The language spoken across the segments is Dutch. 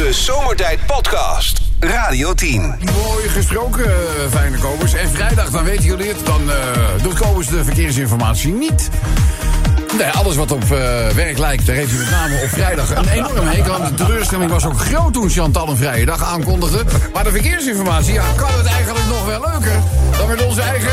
De Zomertijd Podcast. Radio 10. Mooi gesproken, fijne Kobus. En vrijdag, dan weten jullie het, dan doet Kobus de verkeersinformatie niet. Nee, alles wat op werk lijkt, daar heeft hij met name op vrijdag een enorme hekel aan. De teleurstelling was ook groot toen Chantal een vrije dag aankondigde. Maar de verkeersinformatie, ja, kan het eigenlijk nog wel leuker dan met onze eigen...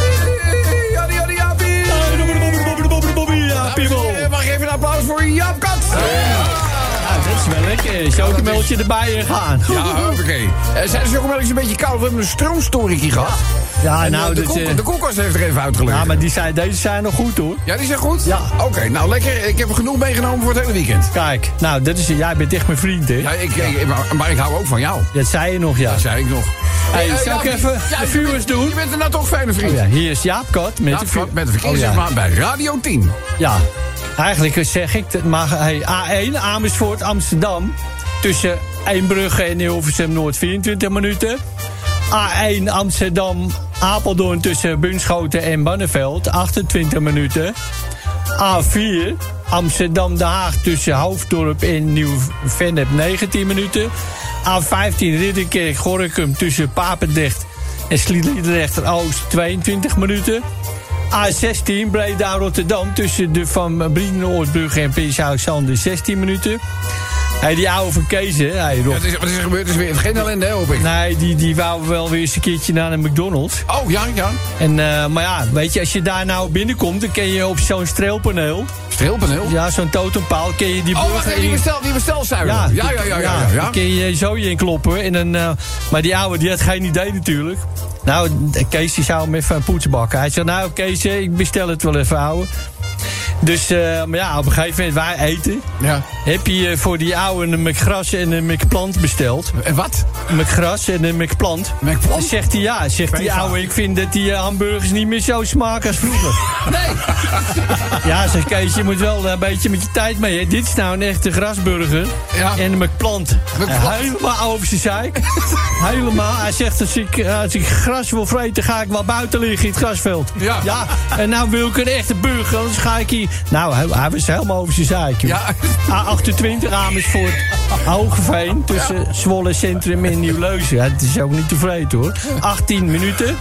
Mag ik even een applaus voor Jaap Kat? Dat is wel lekker. Chocomelkje erbij gaan. Ja, oké. Zijn de chocomelkjes een beetje koud? We hebben een stroomstoringje gehad. Ja, en nou, de koelkast heeft er even uitgelegd. Ja, maar deze zijn nog goed, hoor. Ja, die zijn goed? Ja. Oké, nou lekker. Ik heb er genoeg meegenomen voor het hele weekend. Kijk, nou, jij bent echt mijn vriend, hè? Ja, maar ik hou ook van jou. Dat zei je nog, ja. Dat zei ik nog. Hey, zal ik even de vuurs doen? Je bent er nou toch fijne vriend. Oh, ja, hier is Jaap Kat met de verkeersinformatie bij Radio 10. Ja, eigenlijk zeg ik dat, maar A1 Amersfoort Amsterdam tussen Eembrugge en Hilversum Noord 24 minuten. A1 Amsterdam Apeldoorn tussen Bunschoten en Barneveld 28 minuten. A4 Amsterdam Den Haag tussen Hoofddorp en Nieuw-Vennep 19 minuten. A15 Ridderkerk Gorinchem tussen Papendrecht en Sliedrecht Oost 22 minuten. A16 Breda Rotterdam tussen de Van Brienenoordbrug en Prins Alexander 16 minuten. Hey, die oude van Kees, hè? Hey, wat is er gebeurd? Het is weer geen ellende, hè, hoop ik. Nee, die wou wel weer eens een keertje naar een McDonald's. Oh, ja. En, maar ja, weet je, als je daar nou binnenkomt, dan kun je op zo'n streelpaneel... Streelpaneel? Ja, zo'n totempaal, kun je die burger... Oh, die bestelzuiver. Ja. Dan kun je zo in kloppen. En dan, maar die oude, die had geen idee natuurlijk. Nou, Kees die zou hem even een poets bakken. Hij zei, nou Kees, ik bestel het wel even, ouwe. Dus, maar ja, op een gegeven moment, wij eten. Ja. Heb je voor die ouwe een McGras en een McPlant besteld. En wat? Een McGras en een McPlant. McPlant? Zegt hij ja. Zegt die ouwe, ik vind dat die hamburgers niet meer zo smaken als vroeger. Nee. Ja, zegt Kees, je moet wel een beetje met je tijd mee. Hè. Dit is nou een echte grasburger. Ja. En een McPlant. Helemaal over zijn zeik. Helemaal. Hij zegt, als ik gras wil vreten, ga ik wel buiten liggen in het grasveld. Ja. En nou wil ik een echte burger, anders ga ik hier... Nou, hij was helemaal over zijn zaak, joh. Ja. A28 Amersfoort Hogeveen tussen Zwolle Centrum en Nieuw-Leuzen. Ja, het is ook niet tevreden, hoor. 18 minuten.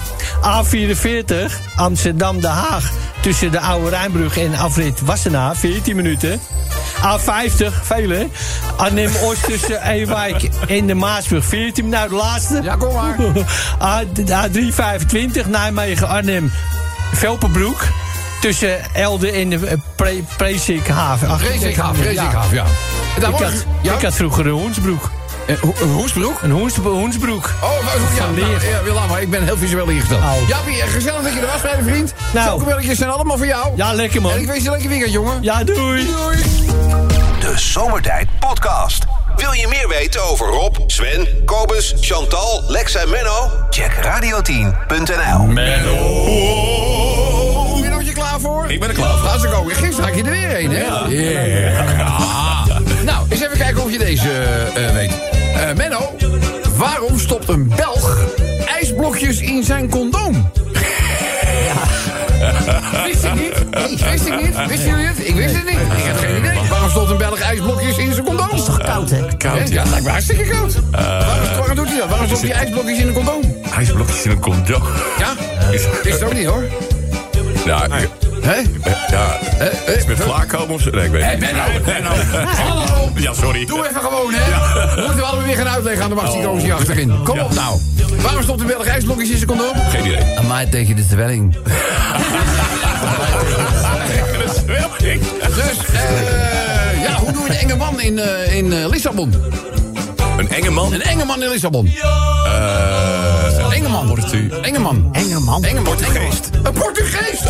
A44 Amsterdam Den Haag tussen de Oude Rijnbrug en afrit Wassenaar 14 minuten. A50, vele. Arnhem-Oost tussen Ewijk en de Maasbrug 14 minuten. Nou, de laatste. Ja, kom maar. A325 Nijmegen-Arnhem Velpenbroek. Tussen Elde en de Presikhaven. Presikhaven, ja. Ik had vroeger een hoensbroek. Een hoensbroek? Een hoensbroek. Oh, ja, maar ik ben heel visueel ingesteld. Oh. Jaapie, gezellig dat je er was, mijn vriend. Nou. Chocobelletjes zijn allemaal voor jou. Ja, lekker man. En ik wens je een lekker weekend, jongen. Ja, doei. De Zomertijd Podcast. Wil je meer weten over Rob, Sven, Kobus, Chantal, Lex en Menno? Check radio10.nl. Menno. Ben je klaar voor? Ik ben er klaar voor. Laat ze komen. Gisteren had je er weer een, hè? Ja. Nou, eens even kijken of je deze weet. Menno, waarom stopt een Belg ijsblokjes in zijn condoom? Wist ik niet? Wist jullie het? Ik wist het niet. Ik heb geen idee. Waarom stopt een Belg ijsblokjes in zijn condoom? Het is toch koud, hè? Koud, ja. Lijkt me hartstikke koud. Waarom doet hij dat? Waarom stopt hij ijsblokjes in een condoom? Ijsblokjes in een condoom? Ja? Wist het ook niet, hoor. Ja, hè? Ja, iets met klaarkomen of zo? Nee, ik weet het niet. Benno. Hallo. Ja, sorry. Doe even gewoon, hè. Ja. Moeten we allemaal weer gaan uitleggen aan de Maxico's hier achterin. Kom op nou. Waarom stopt de Belg ijsblokjes in zijn condoom? Geen idee. Aan mij tegen de zwelling. Dus, ja, hoe doe je de enge man in Lissabon? Een enge man? Een enge man in Lissabon. Enge man. Enge man. Een Portugeest. Een Portugeest.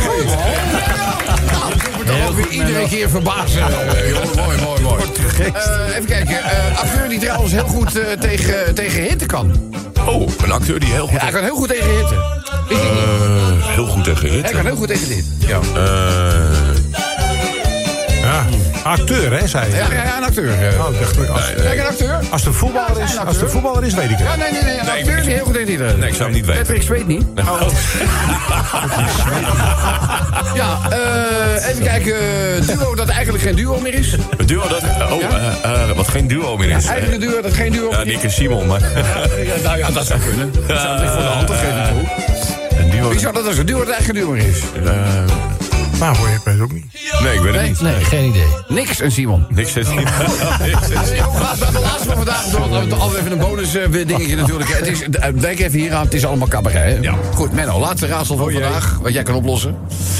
Nou, dat moet toch ook weer iedere keer verbazen. Mooi. Even kijken. Acteur die trouwens heel goed tegen hitte kan. Oh, een acteur die heel goed... Ja, hij kan heel goed tegen hitte. Heel goed tegen hitte? Hij kan heel goed tegen dit. Ja. Ja, acteur, hè, zei je? Ja, een acteur. Kijk, een acteur. Als de voetballer is, weet ik het. Ja, nee. Een acteur die heel goed in iedereen. Nee, ik zou hem niet weten. Patrick Zweet niet. Ja, even kijken. Duo dat eigenlijk geen duo meer is. Een duo dat... wat geen duo meer is. Eigenlijk een duo dat geen duo meer is. Nick en Simon, maar... Nou ja, dat zou kunnen. Dat zou ligt voor de hand, dat geef ik toe. Een duo... Wie zou dat als een duo dat eigenlijk geen duo meer is? Nou, hoor, ik weet het ook niet. Nee, ik weet het niet. Nee, geen idee. Niks en Simon. Niks is niet. De laatste van vandaag. Altijd even een bonus dingetje natuurlijk. Het is, denk even hier aan, het is allemaal cabaret. Hè? Ja. Goed, Menno, laatste raadsel van vandaag. Wat jij kan oplossen.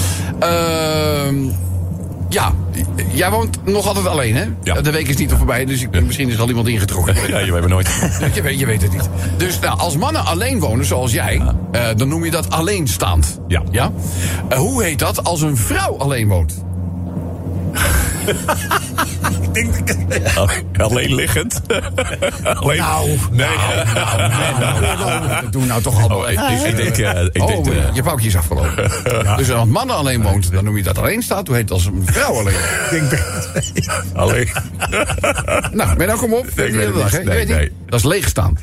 Ja, jij woont nog altijd alleen, hè? Ja. De week is niet nog voorbij, dus misschien is er al iemand ingetrokken. Ja, je weet het nooit. Je weet het niet. Dus nou, als mannen alleen wonen, zoals jij, dan noem je dat alleenstaand. Ja. Hoe heet dat als een vrouw alleen woont? Alleen liggend. Alleen... Nee. Doe nou toch allemaal. Ik denk... Je paukje is afgelopen. Dus als mannen alleen woont, dan noem je dat alleen staat. Hoe heet het als een vrouw alleen woont? Alleen. Nou, Menno, kom op. Ik weet het niet. Nee. Dat is leegstaan.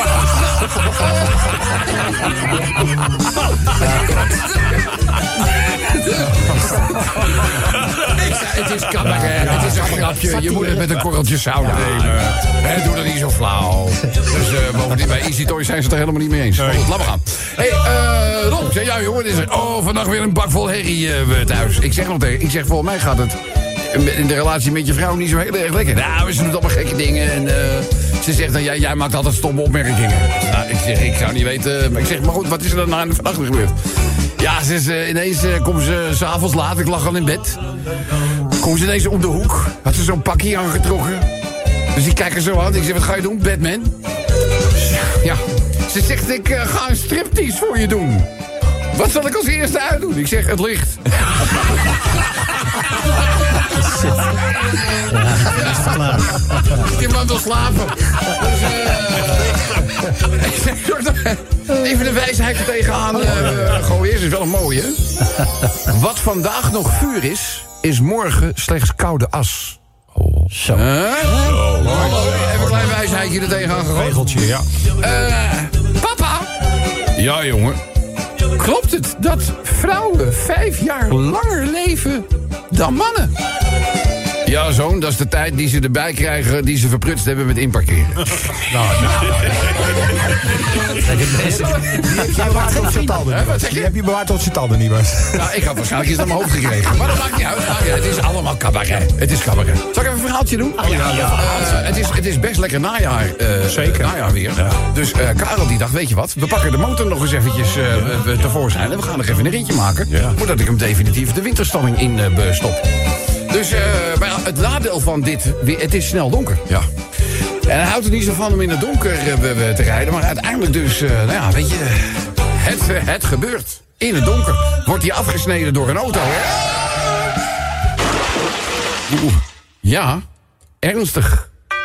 Het is cabaret, het is een grapje. Je moet het met een korreltje zout nemen. Doe dat niet zo flauw. Dus bovendien bij Easy Toys zijn ze het er helemaal niet mee eens. Goed, laat maar gaan. Hey, Rob, zeg ja jongen, vandaag weer een bak vol herrie thuis. Ik zeg volgens mij gaat het in de relatie met je vrouw niet zo heel erg lekker. Nou, ze doet allemaal gekke dingen en ze zegt dan, jij maakt altijd stomme opmerkingen. Nou, ik zou niet weten, maar ik zeg, maar goed, wat is er dan na de vannacht gebeurd? Ja, ineens komt ze 's avonds laat, ik lag al in bed. Komt ze ineens om de hoek, had ze zo'n pakje aangetrokken. Dus ik kijk er zo aan, ik zeg, wat ga je doen, Batman? Ja, ze zegt, ik ga een striptease voor je doen. Wat zal ik als eerste uitdoen? Ik zeg, het licht. Ik heb hem wel slapen. Even de wijsheid er tegenaan gooien. Is wel een mooie. Wat vandaag nog vuur is morgen slechts koude as. Zo. Even een klein wijsheidje er tegenaan gegooid. Regeltje, ja. Papa? Ja, jongen. Klopt het dat vrouwen 5 jaar langer leven dan mannen? Ja, zoon, dat is de tijd die ze erbij krijgen die ze verprutst hebben met inparkeren. Die heb je bewaard tot je tanden niet was. Nou, ik had waarschijnlijk iets aan mijn hoofd gekregen. Maar dat maakt niet uit. Het is allemaal cabaret. Het is cabaret. Zal ik even een verhaaltje doen? Het is best lekker najaar. Zeker. Najaar weer. Ja. Dus Karel die dacht, weet je wat? We pakken de motor nog eens eventjes tevoorschijn. En we gaan nog even een ritje maken. Ja. Voordat ik hem definitief de winterstalling in stop. Dus maar het nadeel van dit, het is snel donker. Ja. En hij houdt er niet zo van om in het donker te rijden. Maar uiteindelijk dus, weet je, het gebeurt. In het donker wordt hij afgesneden door een auto. Ja, ernstig.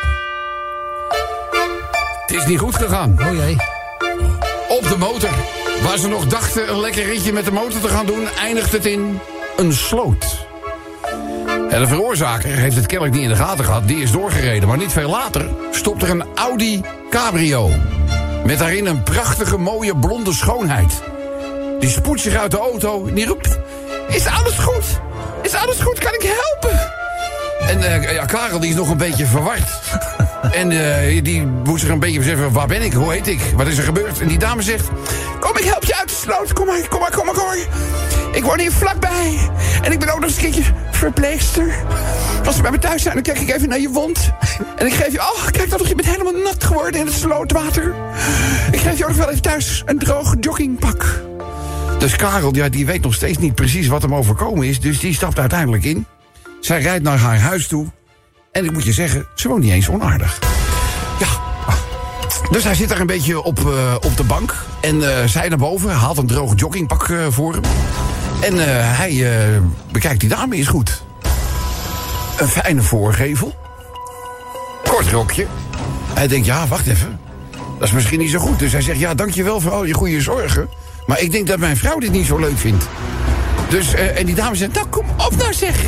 Het is niet goed gegaan. Oh jee. Op de motor, waar ze nog dachten een lekker ritje met de motor te gaan doen, eindigt het in een sloot. En de veroorzaker heeft het kennelijk niet in de gaten gehad. Die is doorgereden, maar niet veel later stopt er een Audi Cabrio. Met daarin een prachtige, mooie, blonde schoonheid. Die spoedt zich uit de auto en die roept: Is alles goed? Is alles goed? Kan ik helpen? En Karel die is nog een beetje verward. En die moet zich een beetje beseffen: waar ben ik? Hoe heet ik? Wat is er gebeurd? En die dame zegt: Kom, ik help je uit de sloot. Kom maar. Ik woon hier vlakbij. En ik ben ook nog eens een keertje verpleegster. Als we bij me thuis zijn, dan kijk ik even naar je wond. En ik geef je... Oh, kijk dan nog, je bent helemaal nat geworden in het slootwater. Ik geef je ook nog wel even thuis een droog joggingpak. Dus Karel, die weet nog steeds niet precies wat hem overkomen is. Dus die stapt uiteindelijk in. Zij rijdt naar haar huis toe. En ik moet je zeggen, ze woont niet eens onaardig. Ja. Dus hij zit daar een beetje op de bank. En zij naar boven, haalt een droog joggingpak voor hem. En hij bekijkt die dame eens goed. Een fijne voorgevel. Kort rokje. Hij denkt, ja, wacht even. Dat is misschien niet zo goed. Dus hij zegt, ja, dankjewel voor al je goede zorgen. Maar ik denk dat mijn vrouw dit niet zo leuk vindt. Dus, en die dame zegt, nou, kom op nou zeg.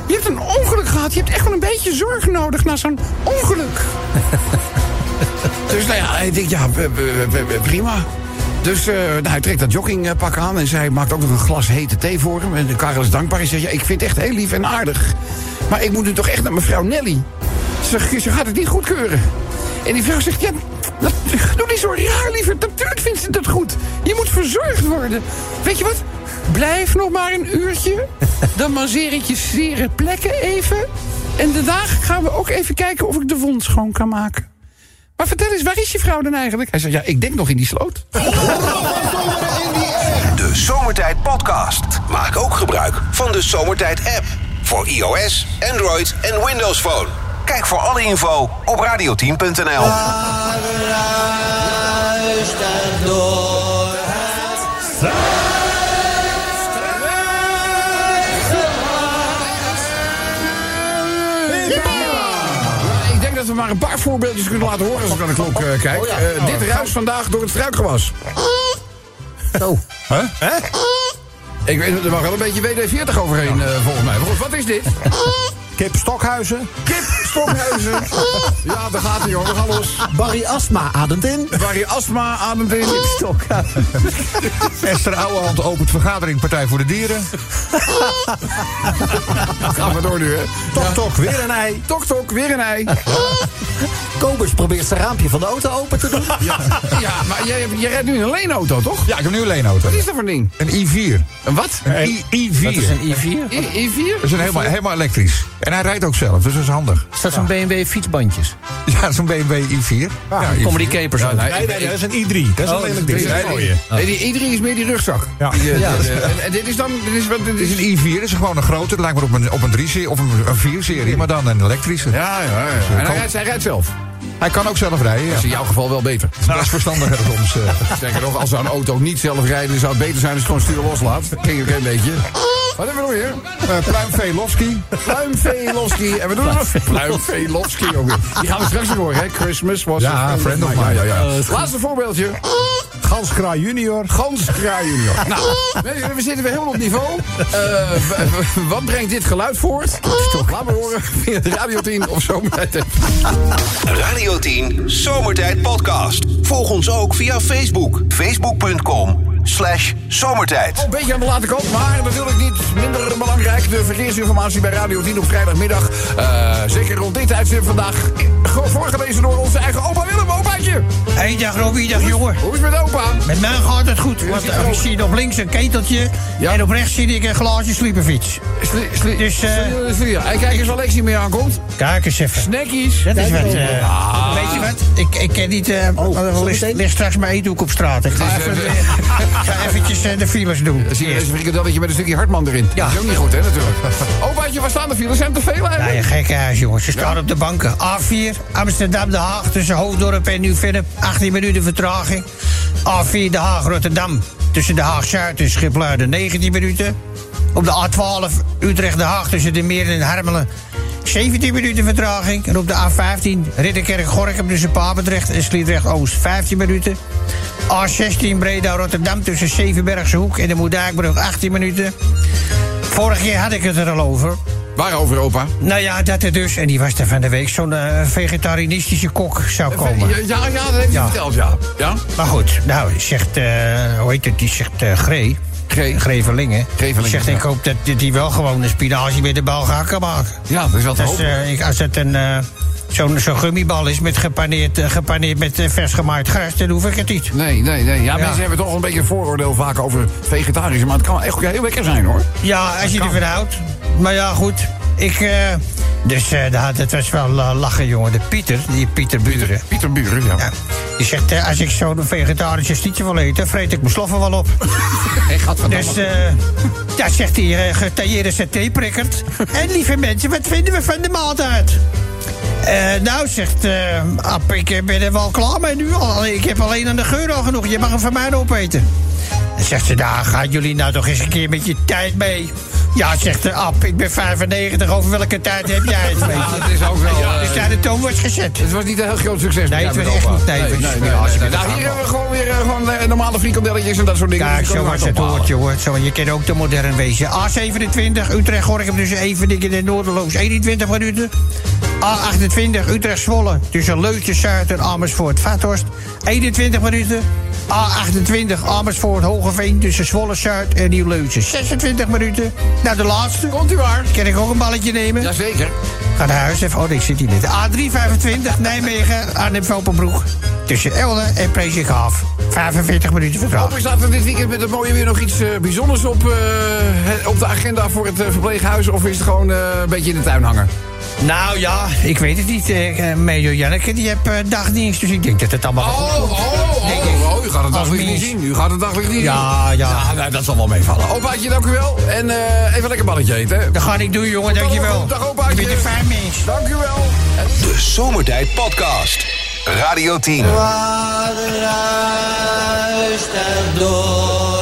je hebt een ongeluk gehad. Je hebt echt wel een beetje zorg nodig na zo'n ongeluk. Dus nou ja, hij denkt, ja, prima. Dus hij trekt dat joggingpak aan en zij maakt ook nog een glas hete thee voor hem. En Karel is dankbaar. Hij zegt, ja, ik vind het echt heel lief en aardig. Maar ik moet nu toch echt naar mevrouw Nelly. Ze gaat het niet goedkeuren. En die vrouw zegt, ja, doe niet zo raar, liever. Natuurlijk vindt ze dat goed. Je moet verzorgd worden. Weet je wat? Blijf nog maar een uurtje. Dan masseer ik je zere plekken even. En daarna gaan we ook even kijken of ik de wond schoon kan maken. Maar vertel eens, waar is je vrouw dan eigenlijk? Hij zegt, ja, ik denk nog in die sloot. De Zomertijd Podcast. Maak ook gebruik van de Zomertijd app. Voor iOS, Android en Windows Phone. Kijk voor alle info op radioteam.nl. Ik denk dat we maar een paar voorbeeldjes kunnen laten horen als ik naar de klok kijk. Dit ruist vandaag door het struikgewas. Zo. Huh? Ik weet, er mag wel een beetje WD-40 overheen, volgens mij. Wat is dit? Kip Stokhuizen. Kip Stokhuizen. Ja, daar gaat hij, hoor. We gaan los. Barry Asma ademt in. Barry Asma ademt in. Kip Stokhuizen. Esther Ouwehand opent vergadering Partij voor de Dieren. Gaan we door nu, hè? Tok, weer een ei. Tok, weer een ei. Kobus probeert zijn raampje van de auto open te doen. Ja, maar jij rijdt nu een leenauto, toch? Ja, ik heb nu een leenauto. Wat is dat voor ding? Een i4. Een wat? Een i4. Wat is een i4? i4? Dat is een helemaal elektrisch. En hij rijdt ook zelf, dus dat is handig. Is dat zo'n BMW fietsbandjes? Ja, zo'n BMW i4. Ja, Komen die capers uit? Nee, dat is een i3. Dat is een lelijk ding. Nee, die i3 is meer die rugzak. Ja. En dit is dan... Het is een i4, dat is gewoon een grote. Het lijkt maar op een 3-serie of een 4-serie, maar dan een elektrische. Ja. En hij rijdt zelf. Hij kan ook zelf rijden, ja. Dat is in jouw geval wel beter. Dat is verstandiger soms. Sterker nog, als zo'n auto niet zelf rijden, zou het beter zijn als je gewoon stuur loslaat. Ken je ook een beetje. Wat hebben we nog weer? Pluimveelowski. Pluimveelowski. En we doen nog Pluimveelowski ook weer. Die gaan we straks nog horen, hè? Christmas was... Ja, friend of mine. Ja. Laatste voorbeeldje. Ganskraai junior. Ganskraai junior. Nou, we zitten weer helemaal op niveau. Wat brengt dit geluid voort? Laat me horen via de Radio 10 of Zomertijd. Radio 10 Zomertijd Podcast. Volg ons ook via Facebook. Facebook.com/zomertijd. Een beetje aan de late kant, maar natuurlijk niet minder belangrijk. De verkeersinformatie bij Radio 10 op vrijdagmiddag. Zeker rond dit tijdstip vandaag. Voorgelezen door onze eigen opa Willem. Opaatje. Hey, dag Robbie, dag jongen. Hoe is het met opa? Met mij gaat het goed. Want ik zie op links een keteltje. Ja. En op rechts zie ik een glaasje sliepenfiets. Dus, en kijk eens wat Lexie mee aankomt. Kijk eens even. Snackies. Dat is wat. Weet je wat? Ik ken niet... ligt straks mijn eethoek op straat. Ik ga eventjes de files doen. Zie je deze frikadelletje met een stukje hartman erin. Ja. Dat is ook niet goed, hè, natuurlijk. Opaatje, waar staan de files? Zijn er te veel eigenlijk? Ja, je gekke huis, jongens. Ze staan op de banken. A4, Amsterdam-Den Haag, tussen Hoofddorp en Nieuw-Vennep. 18 minuten vertraging. A4, Den Haag-Rotterdam, tussen Den Haag-Zuid en Schipluiden. 19 minuten. Op de A12, Utrecht-Den Haag, tussen de Meren en Harmelen. 17 minuten vertraging. En op de A15, Ridderkerk-Gorinchem, tussen Papendrecht en Sliedrecht-Oost. 15 minuten. A16, Breda-Rotterdam, tussen Zevenbergse Hoek en de Moerdijkbrug. 18 minuten. Vorig jaar had ik het er al over. Waarover, opa? Nou ja, dat er dus, en die was er van de week, zo'n vegetarianistische kok zou komen. Ja, dat heeft hij verteld, ja. Maar goed, nou, zegt, hoe heet het, die zegt Gree. Grevelingen. Die zegt, ik hoop dat die wel gewoon een spinazie met de bal kan maken. Ja, dat is wel te hopen. Als het zo'n gummibal is met gepaneerd met vers gemaaid gras, dan hoef ik het niet. Nee. Ja, mensen hebben toch een beetje een vooroordeel vaak over vegetarisch. Maar het kan echt ook heel lekker zijn, hoor. Ja, als je ervan houdt. Maar ja, goed. Het was wel lachen, jongen. Pieter Buren. Pieter Buren, ja. Die zegt, als ik zo'n vegetarische stietje wil eten, vreet ik mijn sloffen wel op. Dus, zegt hij, getailleerde satéprikkert. En lieve mensen, wat vinden we van de maaltijd? Nou, zegt App, ik ben er wel klaar mee nu al. Ik heb alleen aan de geur al genoeg. Je mag hem van mij opeten. En zegt ze, nou, gaan jullie nou toch eens een keer met je tijd mee? Ja, zegt de Ab, ik ben 95, over welke tijd heb jij het? Weet je? Het is ook wel... Dus daar de toon wordt gezet. Het was niet een heel groot succes. Nee, het was echt niet. Nee. Nou, hier hebben we gewoon weer normale friekandelletjes en dat soort dingen. Kijk, zo was het hoortje, hoor. Zo, je kan ook te modern wezen. A27, Utrecht-Gorkum tussen Everdingen en Noorderloos, 21 minuten. A28, Utrecht-Zwolle tussen Leusden-Zuid en Amersfoort-Vathorst, 21 minuten. A28, Amersfoort-Hogeveen tussen Zwolle-Zuid en Nieuw-Leuzen, 26 minuten. Nou, de laatste. Komt u maar. Kan ik ook een balletje nemen? Jazeker. Ga naar huis even. Oh, nee, ik zit hier niet. A325, Nijmegen, Arnhem-Velpenbroek. Tussen Elden en Presikhaaf. 45 minuten vertraging. Hopelijk staat er dit weekend met het mooie weer nog iets bijzonders op de agenda voor het verpleeghuis. Of is het gewoon een beetje in de tuin hangen? Nou ja, ik weet het niet. Major Janneke, die heeft dagdienst. Dus ik denk dat het allemaal goed komt. U gaat het daglicht niet zien. U gaat het daglicht niet zien. Ja. Nou, dat zal wel meevallen. Opaatje, dank u wel. En even lekker balletje eten. Hè? Dat ga ik doen, jongen. Dank je wel. Dag, opaatje. Je bent een fijn mens. Dank u wel. De Zomertijd Podcast. Radio 10. Wat ruist er door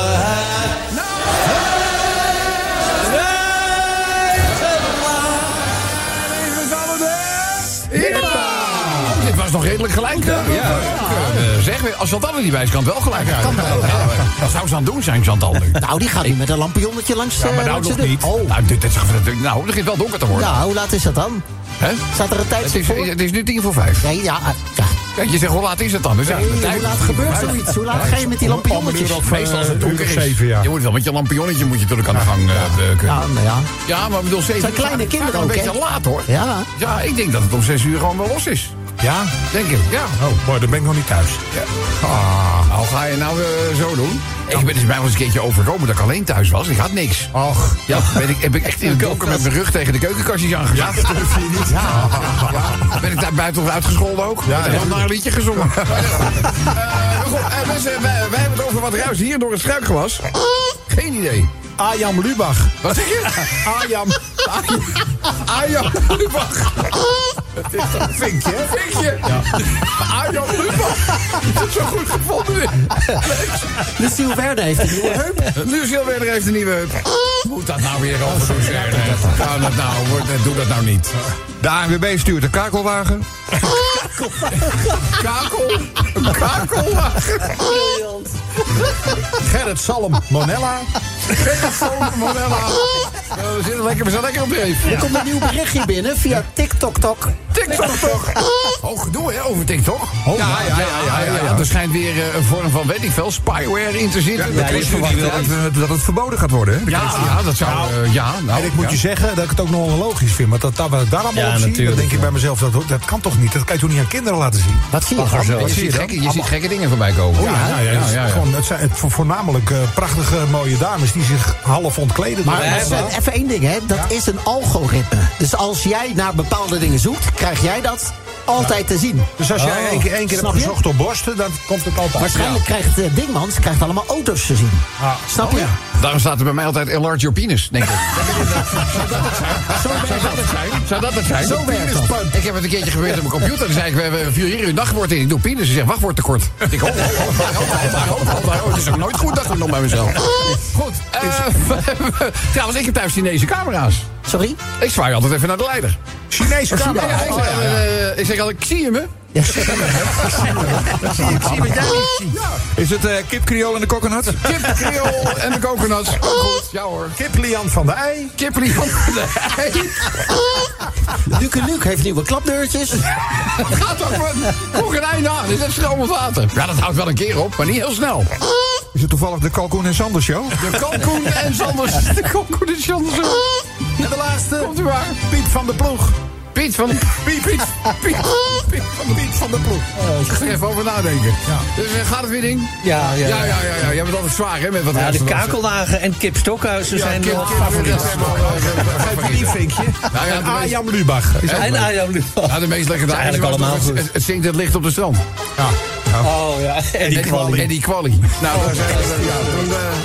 Dit was nog redelijk gelijk. Zeg, als Chantal er niet bij is, kan het wel gelijk. Wat zou ze aan doen zijn, Chantal nu? Nou, die gaat nu met een lampionnetje langs. Maar nou nog niet. Nou, het begint wel donker te worden. Ja, hoe laat is dat dan? Hè? Staat er een tijdstip voor? Het is nu 4:45. Nee, ja. Kijk, je zegt, hoe laat is het dan? Dus Hoe laat gebeurt zoiets? Hoe laat ga je met die lampionnetjes? Meestal als het donker is. 7, ja. Je moet wel met je lampionnetje natuurlijk aan de gang beuken. Ja, nou ja. Ja, maar ik bedoel, 7 zijn kleine kinderen ook, een beetje hè? laat, hoor. Ja. Ja, ik denk dat het om 6 uur gewoon wel los is. Ja? Denk ik, ja. Oh, maar dan ben ik nog niet thuis. Nou, ga je nou zo doen? Ik ben dus mij wel eens een keertje overkomen dat ik alleen thuis was. Ik had niks. Och. Ja, heb ik echt in het donker met mijn rug tegen de keukenkastjes aangezet. Ja, dat durf je niet. Ja. Ben ik daar buiten uitgescholden ook? Ja, en dan naar een liedje gezongen. Goed, mensen, wij hebben het over wat ruis hier door het struikgewas. Geen idee. Ayam Lubach. Wat zeg je? Ayam Lubach. Het is toch een vinkje, hè? Vinkje? Ja. Ayam Lubach. Dat is zo goed gevonden. Lucille Werder heeft een nieuwe heup. Lucille Werder heeft een nieuwe heup. Moet dat nou weer over doen, zeggen? Doe dat nou niet. De ANWB stuurt een kakelwagen. Een kakelwagen. Gerrit Salm Monella. We zijn lekker op dreef. Er komt een nieuw berichtje binnen via TikTok. TikTok. Oh, gedoe, hè, over TikTok. Ja. Er schijnt weer een vorm van, weet ik veel, spyware in te zitten. De ChristenUnie wil dat het verboden gaat worden, hè? Ja, dat zou... En ik moet je zeggen dat ik het ook nog onlogisch vind. Maar dat wat ik daar allemaal op zie, dan denk ik bij mezelf, dat kan toch niet? Dat kan je toch niet aan kinderen laten zien? Wat zie je dan? Je ziet gekke dingen voorbij komen. Gewoon, het zijn voornamelijk prachtige, mooie dames die zich half ontkleden. Maar even één ding, hè. Dat is een algoritme. Dus als jij naar bepaalde dingen zoekt, krijg jij dat altijd te zien. Dus als jij één keer hebt gezocht op borsten, dan komt het altijd. Waarschijnlijk krijgt Dingmans allemaal auto's te zien. Snap je? Daarom staat er bij mij altijd enlarge your penis, denk ik. Zou dat het zijn? Zo werkt dat. Ik heb het een keertje gebeurd op mijn computer. Dan zei ik, we vier hier een dagwoord in. Ik doe penis. Ze zegt, wachtwoord tekort. Ik ho. Het is ook nooit goed, dacht ik nog bij mezelf. Goed. Trouwens, ik heb thuis Chinese camera's. Sorry? Ik zwaai altijd even naar de leider. Chinese camera. Ik zeg altijd, zie je me? Ik zie wat jij niet ziet. Is het kip Creole en de coconuts? Kip Creole en de coconuts. Goed, ja hoor. Kip Lian van de Ei. Kip Lian van de Ei. Luke Luke heeft nieuwe klapdeurtjes. Het gaat ook nog een einde aan. Is dat stromend water? Ja, dat houdt wel een keer op, maar niet heel snel. Is het toevallig de Kalkoen en Sanders show? De Kalkoen en Sanders. De Kalkoen en Sanders show. En de laatste. Komt u maar. Piet van de Ploeg. Piet van de Ploeg. Ik ga er even over nadenken. Ja. Dus gaat het weer ding? Ja. Je hebt het altijd zwaar, hè? Met wat de kakelwagen en Kip Stokhuizen zijn wel favorieten. Die vinkje. En Ayam Lubach. En Ayam Lubach. Ja, de meest lekkere dagen. Eigenlijk allemaal goed. Het zinkt het licht op de strand. Ja. Oh ja, en die kwalie. Nou,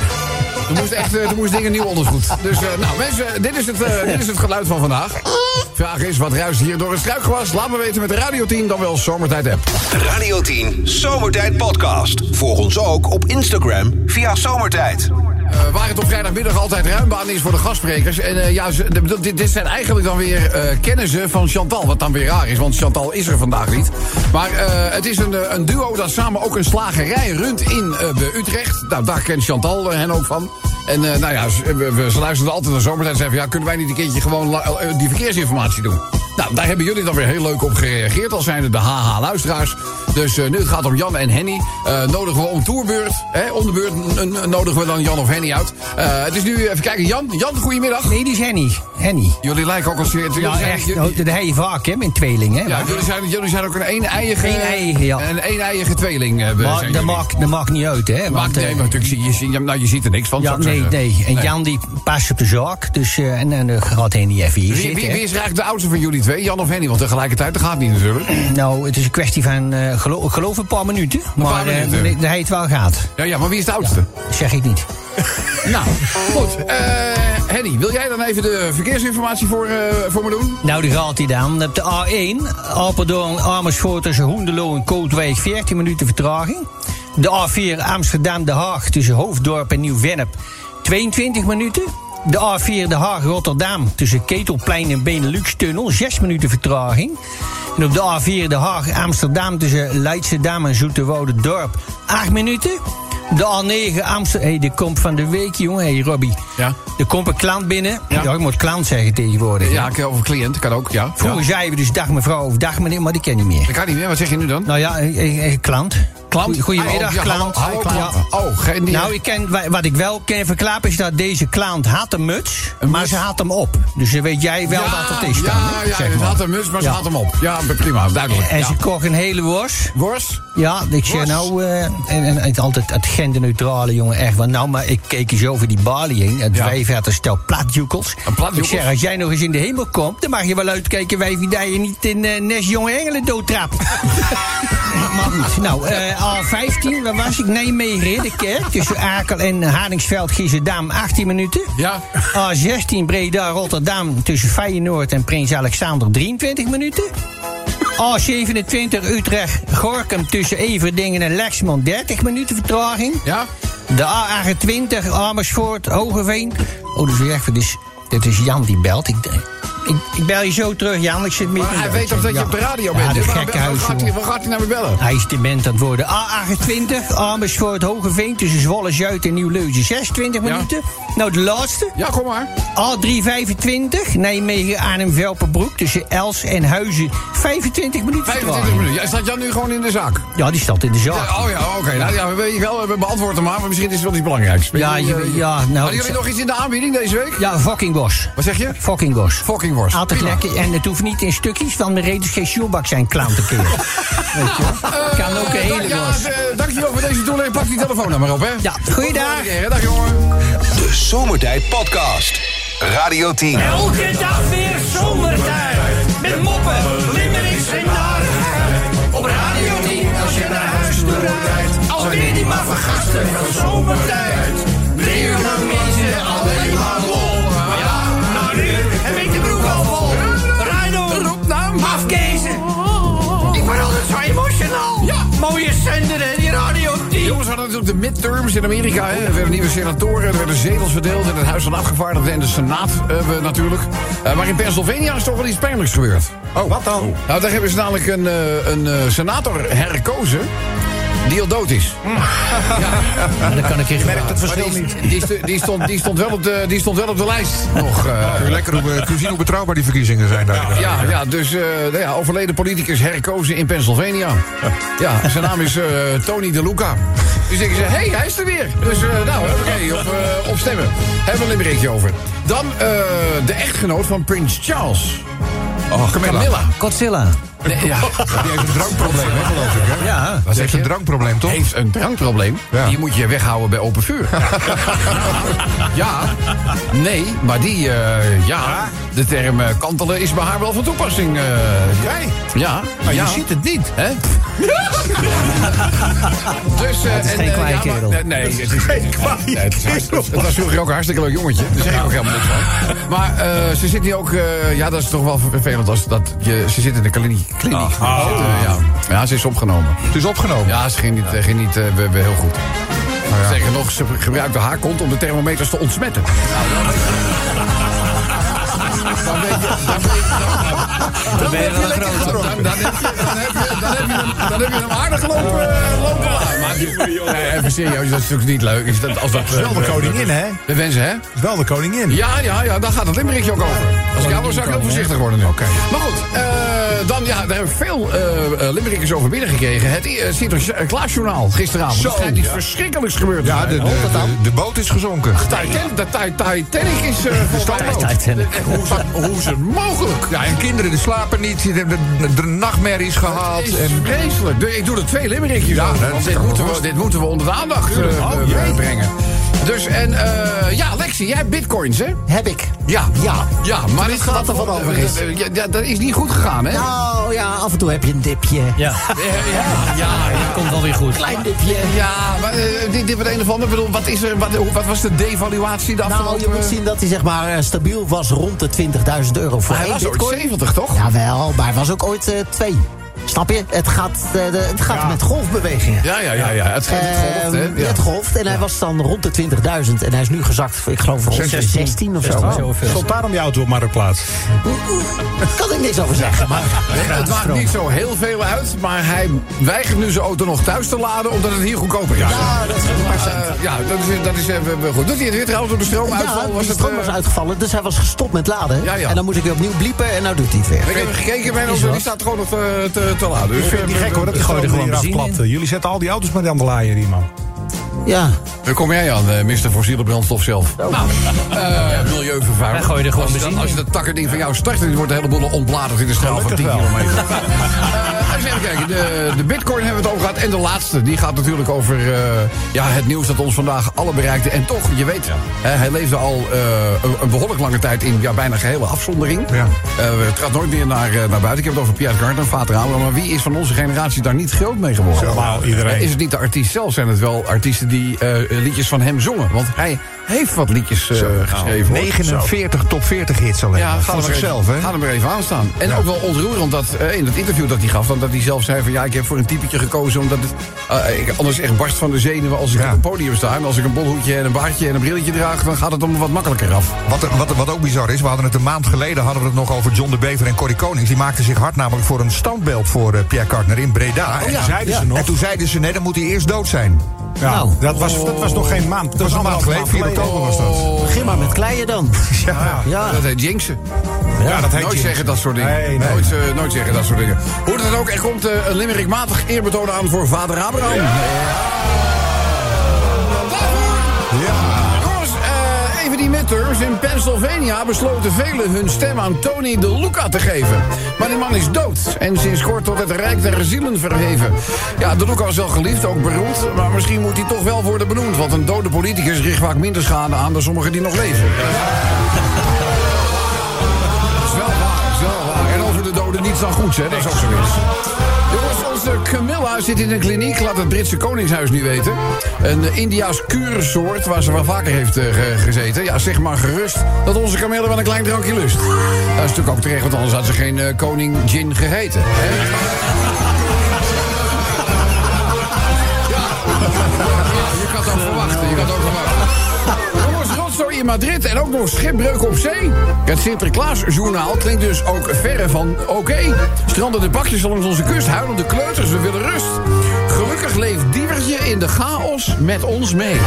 er moest dingen nieuw ondergoed. Dus, nou mensen, dit is het geluid van vandaag. Vraag is, wat ruist hier door het struikgewas? Laat me weten met de Radio 10, dan wel Zomertijd app. Radio 10 Zomertijd Podcast. Volg ons ook op Instagram via Zomertijd. Waar het op vrijdagmiddag altijd ruim baan is voor de gastsprekers. En dit zijn eigenlijk dan weer kennissen van Chantal. Wat dan weer raar is, want Chantal is er vandaag niet. Maar het is een duo dat samen ook een slagerij runt in Utrecht. Nou, daar kent Chantal hen ook van. En ze luisteren altijd naar Zomertijd en zeggen van, kunnen wij niet een keertje gewoon die verkeersinformatie doen? Nou, daar hebben jullie dan weer heel leuk op gereageerd. Al zijn het de HH-luisteraars. Dus nu het gaat om Jan en Henny. Nodigen we om toerbeurt. Om de beurt nodigen we dan Jan of Henny uit. Het is nu, even kijken, Jan, goedemiddag. Nee, die is Henny. Jullie lijken ook als... Ja, echt. Dat heb je vaak, hè, met tweelingen. Ja, jullie zijn ook een een-eiige tweeling. Dat maakt niet uit, hè. Maar natuurlijk, je ziet er niks van. Ja, nee. En Jan die past op de zaak. Dus, en dan gaat Henny even hier zitten. Wie is eigenlijk de oudste van jullie twee? Jan of Henny? Want tegelijkertijd, dat gaat niet natuurlijk. Nou, het is een kwestie van, geloof een paar minuten. Maar hij het wel gaat. Ja, maar wie is de oudste? Ja, zeg ik niet. Nou, goed. Henny, wil jij dan even de verkeersinformatie voor me doen? Nou, die gaat hij dan. Op de A1, Apeldoorn, Amersfoort tussen Hoenderloo en Kootwijk, 14 minuten vertraging. De A4 Amsterdam-Den Haag tussen Hoofddorp en Nieuw-Vennep, 22 minuten. De A4 Den Haag-Rotterdam tussen Ketelplein en Benelux-tunnel, 6 minuten vertraging. En op de A4 Den Haag-Amsterdam tussen Leidschendam en Zoeterwoude-Dorp, 8 minuten. De A9 Amsterdam. Hey, de komt van de week, jongen. Hey, Robbie. Ja? Er komt een klant binnen. Ja, ik moet klant zeggen tegenwoordig. Ja, of een cliënt, kan ook, ja. Vroeger zeiden we dus dag mevrouw of dag meneer, maar die ken je niet meer. Dat kan niet meer, wat zeg je nu dan? Nou ja, klant. Goedemiddag, klant. Nou, wat ik wel kan verklappen is dat deze klant had een muts, maar ze had hem op. Dus dan weet jij wel wat het is dan. Ze had een muts, maar ze had hem op. Ja, prima, duidelijk. En ze kocht een hele worst. Worst? Ja, ik zeg nou, en altijd het genderneutrale, jongen, echt. Want nou, maar ik keek eens over die balie heen. Het wijf had een stel platjoekels. Ik zeg, als jij nog eens in de hemel komt, dan mag je wel uitkijken, wijfie, dat je niet in Nes jonge engelen doodtrapt. Maar goed, nou, A15, waar was ik? Nijmegen, de kerk. Tussen Akel en Haringsveld, Giessendam, 18 minuten. Ja. A16, Breda, Rotterdam. Tussen Feyenoord en Prins Alexander, 23 minuten. A27, Utrecht, Gorkum. Tussen Everdingen en Lexmond, 30 minuten vertraging. Ja. De A28, Amersfoort, Hogeveen. Oh, dat is echt, dit is Jan die belt. Ik bel je zo terug, Jan. Ik zit midden. Maar hij weet toch dat je op de radio bent? Ja, gekkenhuis. Waar gaat hij naar me bellen? Hij is dement aan het worden. A28, Amersfoort, Hogeveen. Tussen Zwolle, Zuid en Nieuw-Leuzen, 26 minuten. Nou, de laatste. Ja, kom maar. A325, Nijmegen, Arnhem-Velperbroek. Tussen Els en Huizen, 25 minuten. 25 minuten. Ja, staat Jan nu gewoon in de zaak? Ja, die staat in de zaak. Ja, oké. Nou ja, we beantwoorden hem maar misschien is het wel iets belangrijks. Nou. Hadden jullie nog iets in de aanbieding deze week? Ja, Fokkingbosch. Wat zeg je? Fokkingbosch. Altijd lekker. En het hoeft niet in stukjes, want mijn reet is geen sjoelbak zijn klantenkeer. Weet je wel? Kan ook een hele worst. Dankjewel voor deze toelichting. Pak die telefoon nou maar op, hè? Ja, goeiedag. Dag, jongen. De Zomertijd Podcast. Radio 10. Elke dag weer zomertijd. Met moppen, limmerings en narigheid. Op Radio 10 als je naar huis toe rijdt. Alweer die maffe gasten van zomertijd. 3 uur lang mensen, alleen maar lol. Maar ja, na een uur heb ik de broek al vol. Rijdo, mafkezen. Ik word altijd zo emotional. Ja. Mooie zender, hè, die Radio 10. Jongens, we hadden natuurlijk de midterms in Amerika. Hè. Er werden nieuwe senatoren, er werden zetels verdeeld in het Huis van Afgevaardigden en de Senaat natuurlijk. Maar in Pennsylvania is toch wel iets pijnlijks gebeurd. Oh, wat dan? Nou, daar hebben ze namelijk een senator herkozen die al dood is. Ja, dat kan ik je merkt het verschil niet. Die stond wel op de lijst nog. Lekker zien hoe betrouwbaar die verkiezingen zijn daar. Ja, dus overleden politicus herkozen in Pennsylvania. Ja, zijn naam is Tony De Luca. Dus zeggen ze, hey, hij is er weer. Dus op stemmen. Hebben we een berichtje over. Dan de echtgenoot van Prins Charles. Camilla. Godzilla. Nee, ja. Die heeft een drankprobleem, hè, geloof ik. Hè? Ja. Dat heeft een drankprobleem, toch? Heeft een drankprobleem. Ja. Die moet je weghouden bij open vuur. Ja. Nee, maar die... de term kantelen is bij haar wel van toepassing. Ja. Maar je ziet het niet. Hè? Dus, het is geen kwaai kerel. Nee, het is geen kwaai kerel. Het was vroeger ook een hartstikke leuk jongetje. Daar zeg ik ook helemaal niks van. Maar ze zit hier ook... ja, dat is toch wel vervelend. Ze zit in de kliniek. Ja, ze is opgenomen. Ze is opgenomen? Ja, ze ging niet heel goed. Zeggen nog, ze gebruikte haar kont om de thermometers te ontsmetten. Dan ben je wel een grote. Dan heb je hem aardig lopen aan. Maar even serieus, dat is natuurlijk niet leuk. Dat is wel de koningin, hè? De wensen, hè? Dat is wel de koningin. Ja, daar gaat het limmerikje ook over. Als ik jou was, zou ik heel voorzichtig worden nu. Okay. Maar goed, dan, daar hebben we veel limmerikkers over binnengekregen. Het Sinterklaasjournaal gisteravond. Er schijnt iets verschrikkelijks gebeurd. Ja, de boot is gezonken. De Titanic is Titanic. Hoe is het mogelijk? Ja, en kinderen die slapen niet, die hebben de nachtmerries gehad. Het is vreselijk. Ik doe er 2 limmerikjes over. Dit moeten we onder de aandacht brengen. Dus, en Lexi, jij hebt bitcoins, hè? Heb ik. Ja, maar dit gaat er van over is. Dat is niet goed gegaan, hè? Nou ja, af en toe heb je een dipje. Ja, komt wel weer goed. Klein dipje. Ja, maar dit wordt een of ander. Bedoel, wat was de devaluatie de afgelopen... Nou, je moet zien dat hij zeg maar stabiel was rond de €20.000 voor hij één was bitcoin. ooit 70, toch? Jawel, maar hij was ook ooit 2. Snap je? Het gaat met golfbewegingen. Ja. Het golft, hè? Ja. Het golft. En hij was dan rond de 20.000. En hij is nu gezakt, ik geloof, rond de 16 of zo. Stond daarom je auto op Marktplaats? Kan ik niks over zeggen. Maar het maakt niet zo heel veel uit. Maar hij weigert nu zijn auto nog thuis te laden, omdat het hier goedkoper is. Ja, dat is dat is goed. Doet hij het weer trouwens door de stroomuitval? Ja, de stroom was uitgevallen. Dus hij was gestopt met laden. Ja. En dan moest ik weer opnieuw bliepen. En nou doet hij het weer. Ik heb gekeken, mijn auto die staat gewoon nog te laden. Dus ik vind het niet gek hoor, dat die gooien er gewoon benzine in. Jullie zetten al die auto's maar aan de laaier hier, man. Ja. Daar kom jij aan, Mr. Fossiele Brandstof zelf. Milieuvervuiler. Gooi er gewoon benzine als je dat takkerding van jou start, dan wordt de hele boel ontbladerd in de straal van 10 kilometer. Even kijken, de bitcoin hebben we het over gehad. En de laatste, die gaat natuurlijk over het nieuws dat ons vandaag alle bereikte. En toch, je weet, hij leefde al een behoorlijk lange tijd in bijna gehele afzondering. Ja. Trad nooit meer naar buiten. Ik heb het over Pierre Cardin, vader Abraham. Maar wie is van onze generatie daar niet groot mee geworden? Zo, iedereen. Is het niet de artiest zelf? Zijn het wel artiesten die liedjes van hem zongen? Want hij heeft wat liedjes geschreven. 49 top 40 hits alleen. Ja, voor zichzelf, hè? Ga er maar even aan staan. En ook wel ontroerend dat in het interview dat hij gaf, dat hij zelf zei van ik heb voor een typetje gekozen omdat ik anders echt barst van de zenuwen als ik op het podium sta. En als ik een bolhoedje en een baardje en een brilletje draag, dan gaat het om wat makkelijker af. Wat ook bizar is, we hadden het een maand geleden nog over John de Bever en Corrie Konings. Die maakten zich hard namelijk voor een standbeeld voor Pierre Cardin in Breda. En toen zeiden ze, nee, dan moet hij eerst dood zijn. Ja, nou, dat was nog geen maand. Dat was een maand geleden. 4 oktober was dat. Begin maar met kleien dan. Ja. Dat heet jinxen. Ja, dat heet nooit zeggen dat soort dingen. Nee. Nooit zeggen dat soort dingen. Hoe het dan ook, er komt een limmerikmatig eerbetoon aan voor vader Abraham. Ja. Jongens, even die midterms in Pennsylvania besloten velen hun stem aan Tony De Luca te geven. Maar die man is dood en sinds kort tot het rijk der zielen verheven. Ja, De Luca was wel geliefd, ook beroemd, maar misschien moet hij toch wel worden benoemd. Want een dode politicus richt vaak minder schade aan dan sommigen die nog leven. Dat is wel waar. En over de doden niets dan goeds, hè? Dat is ook zoiets. Jongens, onze Camilla zit in een kliniek, laat het Britse Koningshuis niet weten. Een Indiaas kuursoort waar ze wel vaker heeft gezeten. Ja, zeg maar gerust dat onze Camilla wel een klein drankje lust. Dat is natuurlijk ook terecht, want anders had ze geen koning gin geheten. Hè? Je kan het ook verwachten, Jongens, rotzooi in Madrid en ook nog schipbreuk op zee. Het Sinterklaasjournaal klinkt dus ook verre van oké. Stranden de bakjes langs onze kust, huilende kleuters, we willen rust. Gelukkig leeft Diewertje in de chaos met ons mee.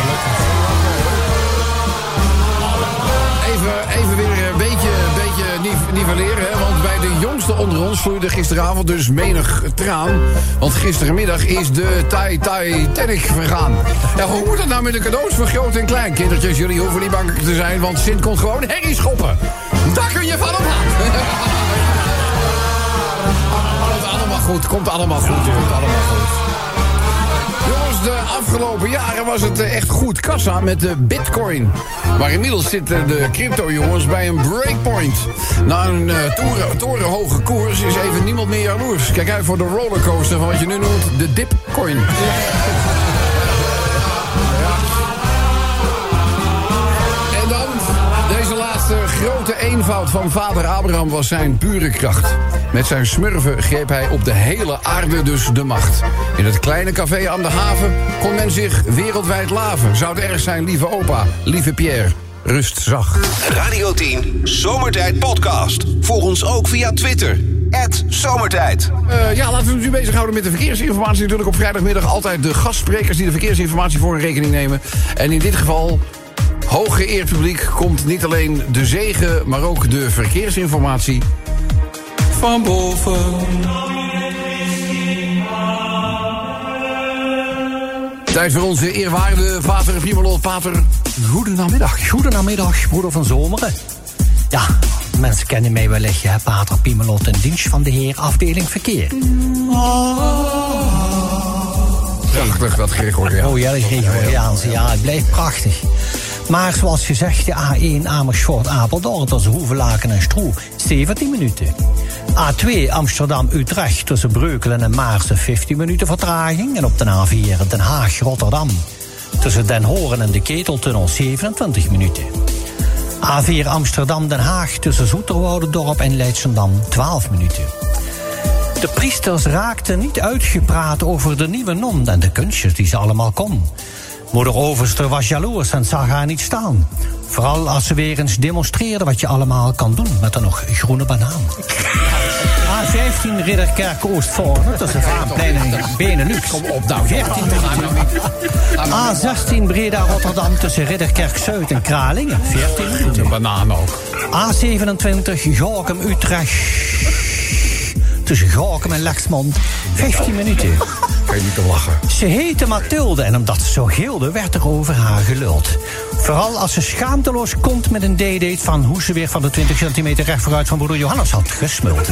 Even weer een beetje nivelleren, hè? Want bij de jongste onder ons vloeide gisteravond dus menig traan. Want gistermiddag is de Titanic vergaan. Ja, hoe moet het nou met de cadeaus voor groot en klein? Kindertjes, jullie hoeven niet bang te zijn, want Sint komt gewoon herrie schoppen. Daar kun je van op aan. Komt allemaal goed. Jongens, de afgelopen jaren was het echt goed kassa met de bitcoin. Maar inmiddels zitten de crypto-jongens bij een breakpoint. Na een torenhoge koers is even niemand meer jaloers. Kijk uit voor de rollercoaster van wat je nu noemt de dipcoin. En dan, deze laatste grote eenvoud van vader Abraham was zijn pure kracht. Met zijn smurfen greep hij op de hele aarde dus de macht. In het kleine café aan de haven kon men zich wereldwijd laven. Zou het erg zijn, lieve opa, lieve Pierre, rust zacht. Radio 10 Zomertijd Podcast. Volg ons ook via Twitter. @Zomertijd. Laten we ons nu bezighouden met de verkeersinformatie. Natuurlijk op vrijdagmiddag altijd de gastsprekers die de verkeersinformatie voor in rekening nemen. En in dit geval, hooggeëerd publiek, komt niet alleen de zegen, maar ook de verkeersinformatie van boven. Tijd voor onze eerwaarde pater Piemelot. Pater, goedenamiddag. Goedenamiddag, broeder van Zomeren. Ja, mensen kennen mij wellicht, hè, pater Piemelot in dienst van de heer afdeling verkeer. Prachtig, dat Gregoriaans. Oh ja, dat Gregoriaans, ja, het blijft prachtig. Maar zoals gezegd, de A1 Amersfoort-Apeldoorn tussen Hoevelaken en Stroe, 17 minuten. A2 Amsterdam-Utrecht tussen Breukelen en Maarsen, 15 minuten vertraging. En op de A4 Den Haag-Rotterdam tussen Den Horen en de Keteltunnel, 27 minuten. A4 Amsterdam-Den Haag tussen Zoeterwoudendorp en Leidschendam, 12 minuten. De priesters raakten niet uitgepraat over de nieuwe non en de kunstjes die ze allemaal kon. Moeder Overste was jaloers en zag haar niet staan. Vooral als ze weer eens demonstreerde wat je allemaal kan doen met een nog groene banaan. A15 Ridderkerk-Oostvoorne tussen Vaanplein en Benelux. Kom op, nou, 14 minuten. A16 Breda-Rotterdam tussen Ridderkerk-Zuid en Kralingen, 14 minuten. Een banaan ook. A27 Gorkum-Utrecht tussen Gorkum en Lexmond, 15 minuten. Kan je niet te lachen. Ze heette Mathilde en omdat ze zo gilde werd er over haar geluld. Vooral als ze schaamteloos komt met een date van hoe ze weer van de 20 centimeter recht vooruit van broeder Johannes had gesmuld.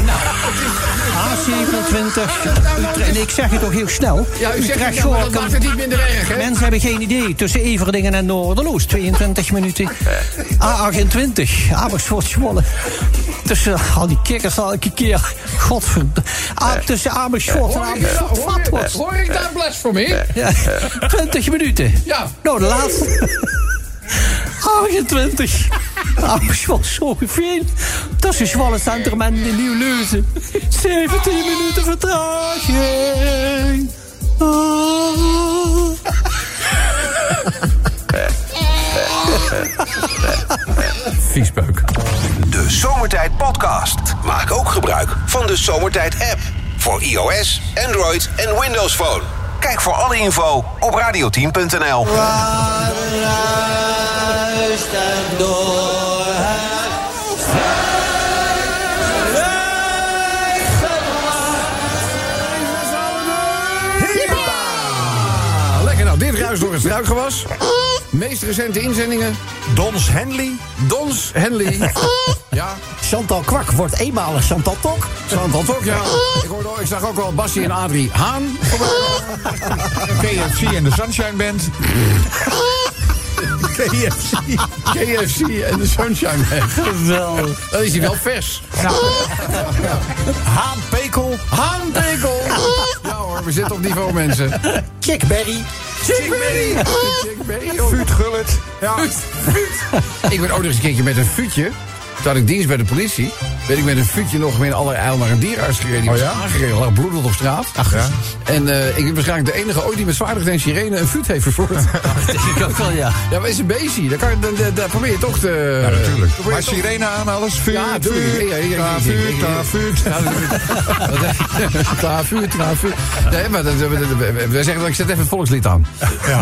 A27, Utrecht, nee, ik zeg het toch heel snel. Ja, u zegt het, dat maakt het niet minder erg, hè? Mensen hebben geen idee. Tussen Everdingen en Noorderloos, 22 minuten. A28, Amersfoort-Zwolle. Tussen al die kikkers elke keer. Godverdomme. Tussen Amersfoort en Amersfoort. Hoor ik daar blasfemie? Ja, 20 minuten. Ja. Nou, de laatste. 28. Amersfoort Zogeveen. Tussen Zwolle Centrum en de Nieuw-Leuzen. 17 minuten vertraging. Viespeuk. De Zomertijd Podcast. Maak ook gebruik van de Zomertijd app. Voor iOS, Android en Windows Phone. Kijk voor alle info op radio10.nl. Lekker nou, dit ruis door het struikgewas. Meest recente inzendingen. Dons Henley. Ja. Chantal Kwak wordt eenmalig Chantal Tok. Chantal Tok, ja. Ik zag ook wel Bassie en Adrie Haan. KFC en de Sunshine Band. KFC en de Sunshine Band. Geweldig. Dan is hij wel vers. Haan Pekel. Ja hoor, we zitten op niveau, mensen. Chick Berry. Fuut Gullit. Ja. Ik ben ook nog eens een keertje met een fuutje. Toen had ik dienst bij de politie. Ben ik met een fuutje nog in alle eil naar een dierenarts gereden. Die was aangereden, lag bloedend op straat. Ach, ja. En ik ben waarschijnlijk de enige ooit die met zwaarder en sirene een fuut heeft vervoerd. Dat denk ik ook wel, ja. Ja, maar is een beestje. Daar probeer je toch te... Ja, natuurlijk. Maar sirene aan alles. Vuur, ja, vuur. Nee, maar we zeggen dat ik zet even het volkslied aan. Ja.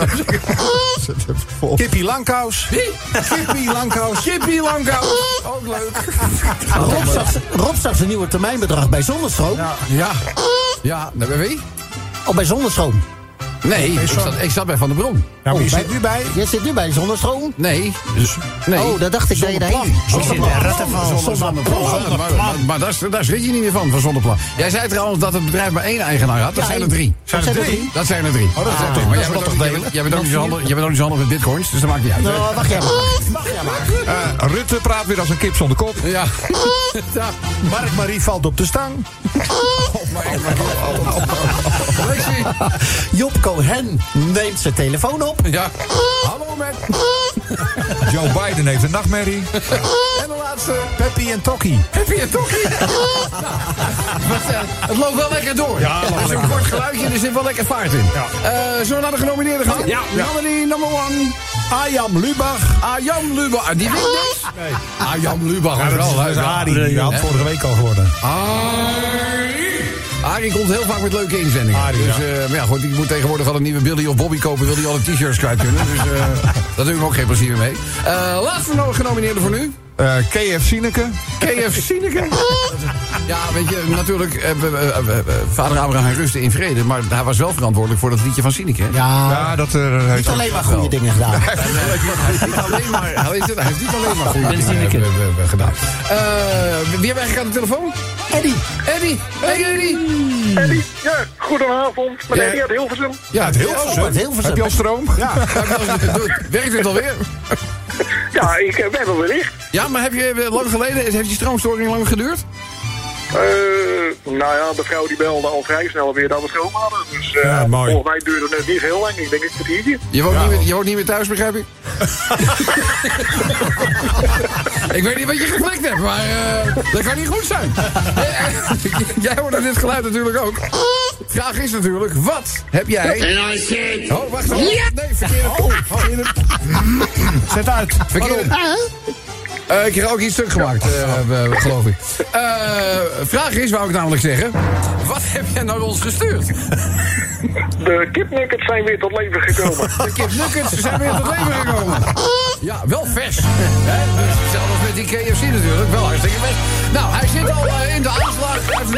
Kippie Langkous. Kippie Langkous. Ook leuk. Rob zag zijn nieuwe termijnbedrag bij Zonnestroom. Ja. Nou, bij wie? Bij Zonnestroom. Nee, ik zat bij Van der Bron. Ja, maar je zit nu bij... Je zit nu bij Zonnestroom? Nee. Oh, dat dacht ik dat je daarheen... Zonneplan. Maar daar schrik je niet meer van Zonneplan. Jij zei trouwens dat het bedrijf maar 1 eigenaar had. Dat zijn er 3. Zijn er 3? Dat zijn er 3. Oh, dat is toch. Maar jij bent ook niet zo handig met bitcoins, dus dat maakt niet uit. Nou, wacht jij maar. Rutte praat weer als een kip zonder kop. Ja. Mark Marie valt op de stang. Job Cohen neemt zijn telefoon op. Ja. Hallo met... Joe Biden heeft een nachtmerrie. En de laatste... Peppy en Tokkie. Het loopt wel lekker door. Ja, het is een kort geluidje en er zit wel lekker vaart in. Ja. Zullen we naar de genomineerden gaan? Ja. Nominee number 1. Ayam Lubach. Ayam Lubach. Die wint niks? Nee. Ayam Lubach. Ja, dat is Arie. Die had vorige week al geworden. Arie komt heel vaak met leuke inzendingen. Arie, dus, maar ja, goed, ik moet tegenwoordig al een nieuwe Billy of Bobby kopen. Wil die alle t-shirts kwijt kunnen. Dus daar doe ik ook geen plezier mee. Laatste genomineerde voor nu. KF Sineke. KF Sineke? Ja, weet je, natuurlijk, vader Abraham rustte in vrede. Maar hij was wel verantwoordelijk voor dat liedje van Sineke. Ja, dat heeft alleen maar goede dingen gedaan. Hij heeft niet alleen maar goede dingen gedaan. Wie hebben we eigenlijk aan de telefoon? Eddie. Hey Eddie. Eddie, ja, goedenavond. Met Eddie uit Hilversum. Ja, het Hilversum. Heb je al stroom? Ja. Werkt het alweer? Ja, ik ben wel weer licht. Ja, maar heb je lang geleden, heeft die stroomstoring lang geduurd? Nou ja, de vrouw die belde al vrij snel weer dat we stroom hadden. Dus mooi. Volgens mij duurde het niet heel lang. Ik denk een kwartiertje. Je woont niet meer thuis, begrijp ik? Ik weet niet wat je geflikt hebt, maar dat kan niet goed zijn. Jij hoorde dit geluid natuurlijk ook. Vraag is natuurlijk, wat heb jij... Oh, wacht even. Nee, verkeerde... Zet uit. Ik heb ook iets stuk gemaakt, geloof ik. Vraag is, wou ik namelijk zeggen... Wat heb jij naar ons gestuurd? De kipnuggets zijn weer tot leven gekomen. De kipnuggets zijn weer tot leven gekomen. Ja, wel vers. Hè? Dus zelfs met die KFC natuurlijk, wel hartstikke vers. Nou, hij zit al in de aanslag.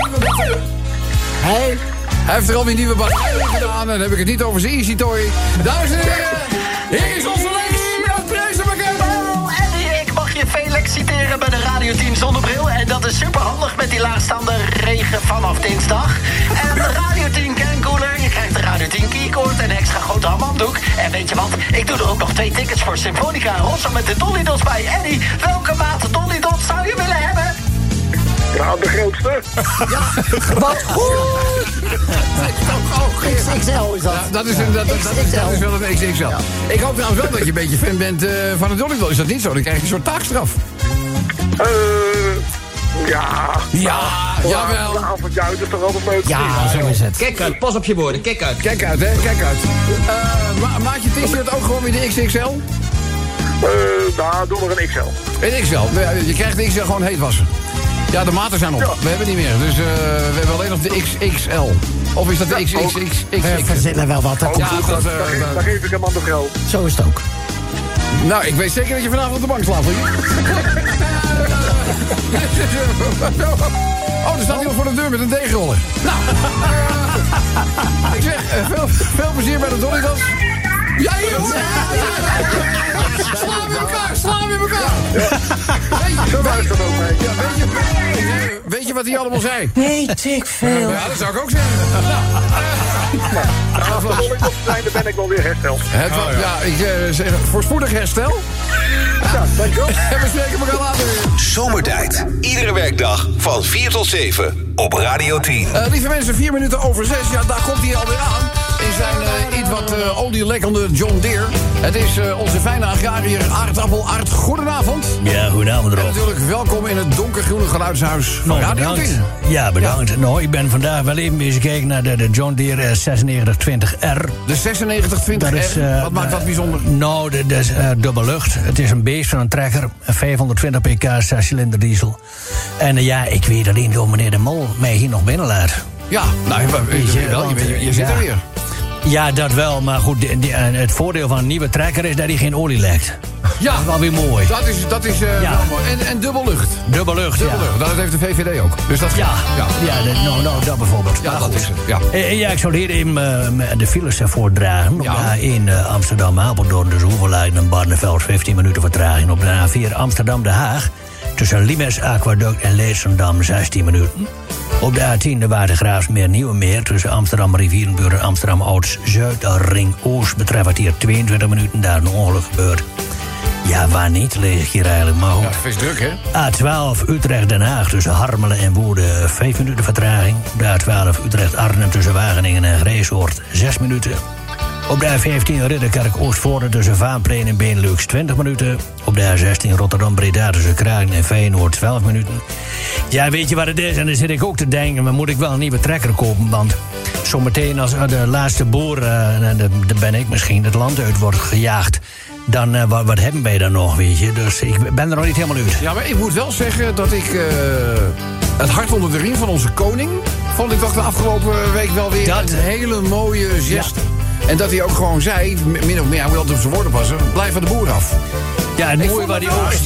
Hij heeft er alweer nieuwe batterijen gedaan. En dan heb ik het niet over zijn Easy Toy. Dames en heren, hier is onze Lex met prijzen bekend. Je Felix citeren bij de Radio 10 zonnebril. En dat is super handig met die laagstaande regen vanaf dinsdag. En de Radio 10 cancooler. Je krijgt de Radio 10 keycord en een extra grote hamamdoek. En weet je wat? Ik doe er ook nog 2 tickets voor Symfonica Rosso met de Dolly Dots bij. Eddie, welke maat Dolly Dots zou je willen hebben? Nou, de grootste. Ja, wat goed! XXL is dat. Ja, dat is wel een XXL. Ja. Ik hoop trouwens wel dat je een beetje fan bent van het Dolly Dots. Is dat niet zo? Dan krijg je een soort taakstraf. Ja, jawel. De avondjuit is toch altijd leuk. Ja, zo is het. Kijk uit, pas op je woorden, kijk uit. Kijk uit, hè, kijk uit. Maak je t-shirt ook gewoon weer de XXL? Nou, doe maar een XL. Een XL. Je krijgt de XL gewoon heet wassen. Ja, de maten zijn op. Ja. We hebben niet meer. Dus we hebben alleen nog de XXL. Of is dat de XXX? We verzinnen wel wat. Daar geef ik hem aan de vrouw. Zo is het ook. Nou, ik weet zeker dat je vanavond op de bank slaapt. Oh, er staat iemand voor de deur met een deegroller. Nou, ik zeg, veel plezier bij de Dolly Dots. Ja, hier hoor! Slaan we in elkaar! Weet je wat hij allemaal zei? Weet ik veel. Ja, dat zou ik ook zeggen. Als de Dolly Dots zijn, dan ben ik wel weer hersteld. Ik zeg voorspoedig herstel. Ja, dankjewel. En we spreken elkaar later weer. Zomertijd. Iedere werkdag van 4 tot 7 op Radio 10. Lieve mensen, 4 minuten over 6. Ja, daar komt hij alweer aan. In zijn iets wat olielekkende John Deere. Het is onze fijne agrariër Aardappel. Aard, goedenavond. Ja, goedenavond, Rob. En natuurlijk welkom in het donkergroene geluidshuis van Radio 10. Ja, bedankt. Ja. Nou, ik ben vandaag wel even bezig gekeken naar de John Deere 9620R. De 9620R? Wat maakt dat bijzonder? Nou, dat is dubbel lucht. Het is een beest van een trekker. 520 pk, 6-cilinder diesel. En ik weet alleen door meneer De Mol mij hier nog binnenlaat. Ja, nou, je zit er weer. Ja, dat wel, maar goed, het voordeel van een nieuwe trekker is dat hij geen olie lekt. Ja. Dat is wel weer mooi. Dat is wel mooi. En dubbel lucht. Dubbel lucht, Dat heeft de VVD ook. Dus dat dat bijvoorbeeld. Ja, dat is het. Ja. Ik zal hier even de files voordragen. Op de A1 Amsterdam-Apeldoorn, dus Hoevelaken en Barneveld, 15 minuten vertraging. Op de A4 Amsterdam-Den Haag, tussen Limes Aquaduct en Leedsendam, 16 minuten. Op de A10 de Watergraafsmeer Nieuwemeer, tussen Amsterdam Rivierenbuurt en Amsterdam Oud-Zuid, Ring Oost, betreft het hier 22 minuten, daar een ongeluk gebeurd. Ja, waar niet, lees ik hier eigenlijk, maar goed. Ja, het is druk, hè? A12 Utrecht-Den Haag tussen Harmelen en Woerden, 5 minuten vertraging. Op de A12 Utrecht-Arnhem tussen Wageningen en Greesoord, 6 minuten. Op de A15 Ridderkerk-Oostvoorne tussen Vaanplein en Benelux, 20 minuten. Op de A16 Rotterdam-Breda tussen Kragen en Feyenoord, 12 minuten. Ja, weet je wat het is? En dan zit ik ook te denken, maar moet ik wel een nieuwe trekker kopen? Want zometeen als de laatste boer, daar ben ik misschien, het land uit wordt gejaagd, dan wat hebben wij dan nog, weet je? Dus ik ben er nog niet helemaal uit. Ja, maar ik moet wel zeggen dat ik het hart onder de riem van onze koning vond ik toch de afgelopen week wel weer een hele mooie geste. Ja. En dat hij ook gewoon zei, min of meer, hij moet altijd op zijn woorden passen, blijf van de boer af. Ja, en mooi waar die oogst.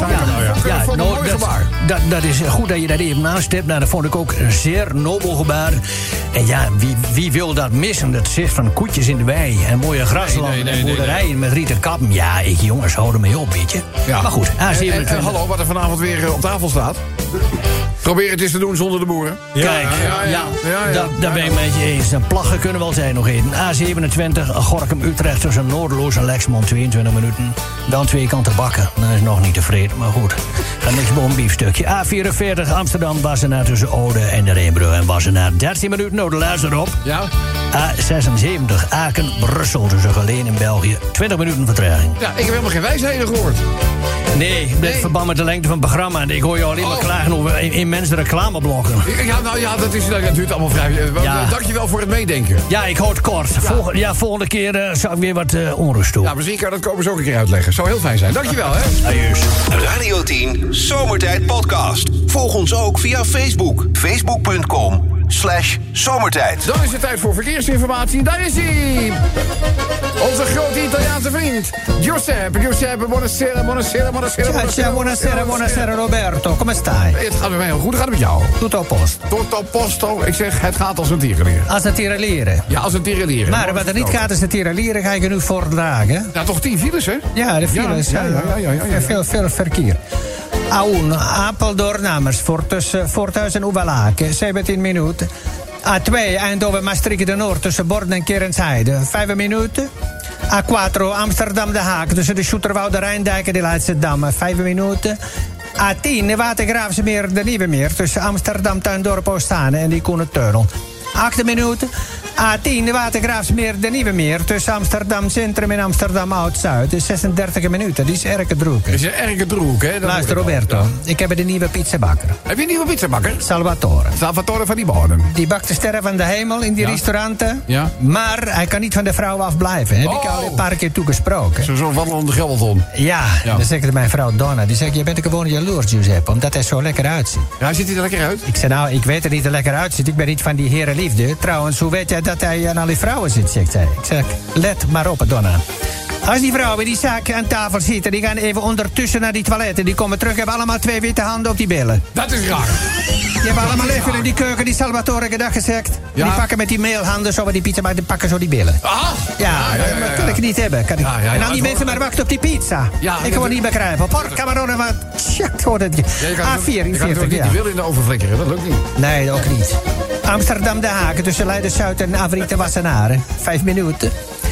Dat is goed dat je dat even aanstipt. Nou, dat vond ik ook een zeer nobel gebaar. En ja, wie wil dat missen? Dat zicht van koetjes in de wei en mooie graslanden en boerderijen met rieten kappen. Ja, jongens, hou ermee op, weet je. Ja. Maar goed, en hallo, wat er vanavond weer op tafel staat. Probeer het eens te doen zonder de boeren. Kijk, daar ben ik met je eens. Een plaggen kunnen wel zijn nog even. A27, Gorinchem-Utrecht tussen Noorderloos en Lexmond, 22 minuten. Dan 2 kanten bakken. Dat is nog niet tevreden, maar goed. Gaat niks boven een biefstukje. A44, Amsterdam-Wassenaar tussen Oude en de Reenbrug en Wassenaar. 13 minuten, nou de luister erop. Ja. A76, Aken-Brussel tussen Geleen en België. 20 minuten vertraging. Ja, ik heb helemaal geen wijsheden gehoord. Nee, in verband met de lengte van het programma. En ik hoor je alleen maar klagen over immense reclameblokken. Dat duurt allemaal vrij. Dankjewel voor het meedenken. Ja, ik houd het kort. Volgende keer zou ik weer wat onrust doen. Ja, misschien kan dat Kobus ook een keer uitleggen. Zou heel fijn zijn. Dankjewel, hè. Adieu. Radio 10 Zomertijd Podcast. Volg ons ook via Facebook. Facebook.com/zomertijd. Dan is het tijd voor verkeersinformatie. Daar is hij! Onze grote Italiaanse vriend, Giuseppe, buonasera Roberto, come stai? Het gaat met mij heel goed, het gaat met jou. Tutto a posto. Tutto a posto, ik zeg, het gaat als een tierenlier. Als een tierenlier. Ja, als een tierenlier. Maar wat er niet gaat als een tierenlier, ga ik er nu voordragen. Ja, toch 10 files, hè? Ja, de files. Ja. Veel verkeer. A1, Apeldoorn, Amersfoort, tussen Voorthuis en Oevelaken, 17 minuten. A2, Eindhoven, Maastricht de Noord, tussen Borden en Kerensheide, 5 minuten. A4, Amsterdam de Haak, tussen de Soeterwoude Rijndijk en de Leidschendam, 5 minuten. A10, Watergraafsmeer de Nieuwe Meer, tussen Amsterdam, Tuindorp, Oostane en die Koenentunnel. 8 minuten. A10, Watergraafsmeer de Nieuwe Meer, tussen Amsterdam Centrum en Amsterdam Oud-Zuid. 36 minuten, die is erg droeg. Dat is een erg droeg, hè? Luister, Roberto, ik heb een nieuwe pizzabakker. Heb je een nieuwe pizzabakker? Salvatore van die Bodem. Die bakt de sterren van de hemel in die restauranten. Ja. Maar hij kan niet van de vrouw afblijven. Heb ik al een paar keer toegesproken. Zo'n wandelende Gelderton. Ja, dan zegt het mijn vrouw Donna. Die zegt, je bent gewoon jaloers, Giuseppe, omdat hij zo lekker uitziet. Ja, ziet hij er lekker uit? Ik zei, nou, ik weet dat hij er lekker uitziet. Ik ben niet van die herenliefde. Trouwens, hoe weet jij dat hij aan al die vrouwen zit, zegt zij. Ik zeg, let maar op, Donna. Als die vrouwen die zaak aan tafel zitten, die gaan even ondertussen naar die toiletten. Die komen terug, hebben allemaal 2 witte handen op die billen. Dat is raar. Die hebben allemaal even in die keuken die Salvatore gedag gezegd. Ja. Die pakken met die meelhanden zo bij die pizza, maar die pakken zo die billen. Aha. Ja, dat kan ik niet hebben. En dan die mensen maar wachten op die pizza. Ja, ik gewoon niet begrijpen. Porca marone, wat... Tjak, hoor dat. A4, je kan niet die willen in de oven flikkeren, dat lukt niet. Nee, ook niet. Amsterdam de Haken tussen Leiden-Zuid en Avrite Wassenaar. 5 minuten.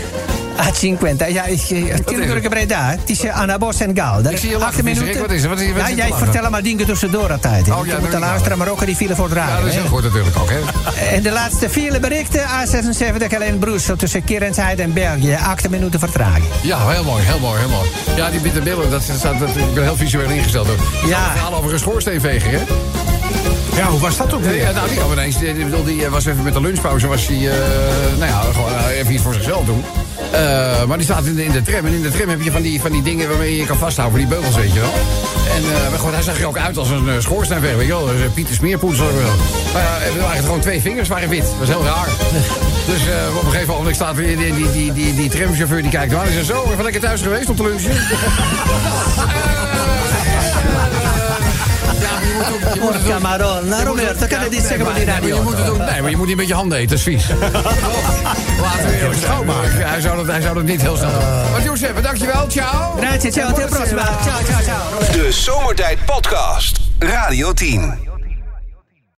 A50, ja, Tilburg Breda. Het is Anna Bos en Galder. Ik zie je lachen, 8 minuten. Wat is er? Ja, jij vertelt maar dingen tussendoor altijd. Je moet luisteren, maar ook die file voor dragen. Ja, dat is heel goed natuurlijk ook, hè. En de laatste file berichten. A76 alleen Brussel tussen Kerensheide en België. 8 minuten vertraging. Ja, heel mooi. Ja, die witte billen, ik ben heel visueel ingesteld. Ja. Het verhaal over een schoorsteenveger, hè. Ja, hoe was dat ook weer? Ja, nou, die kwam ineens. Die was even met de lunchpauze. Was hij, gewoon even iets voor zichzelf doen. Maar die staat in de tram. En in de tram heb je van die dingen waarmee je je kan vasthouden. Voor die beugels, weet je wel. En hij zag er ook uit als een schoorsteenveger, weet je wel. Pieter Smeerpoets. Maar er waren gewoon 2 vingers, waren wit. Dat is heel raar. Dus op een gegeven moment staat weer die tramchauffeur die kijkt. Nou, is er zo even lekker thuis geweest op de lunch. Cameron, Roberto, kan je dit zeggen op die radio? Maar je moet niet met je handen eten, dat is vies. Laten we eerlijk schoonmaken. Hij zou dat niet heel snel doen. Maar Josep, dankjewel. Ciao. Grazie, ciao, tot de prossima. Ciao, ciao, ciao. De Zomertijd Podcast. Radio 10.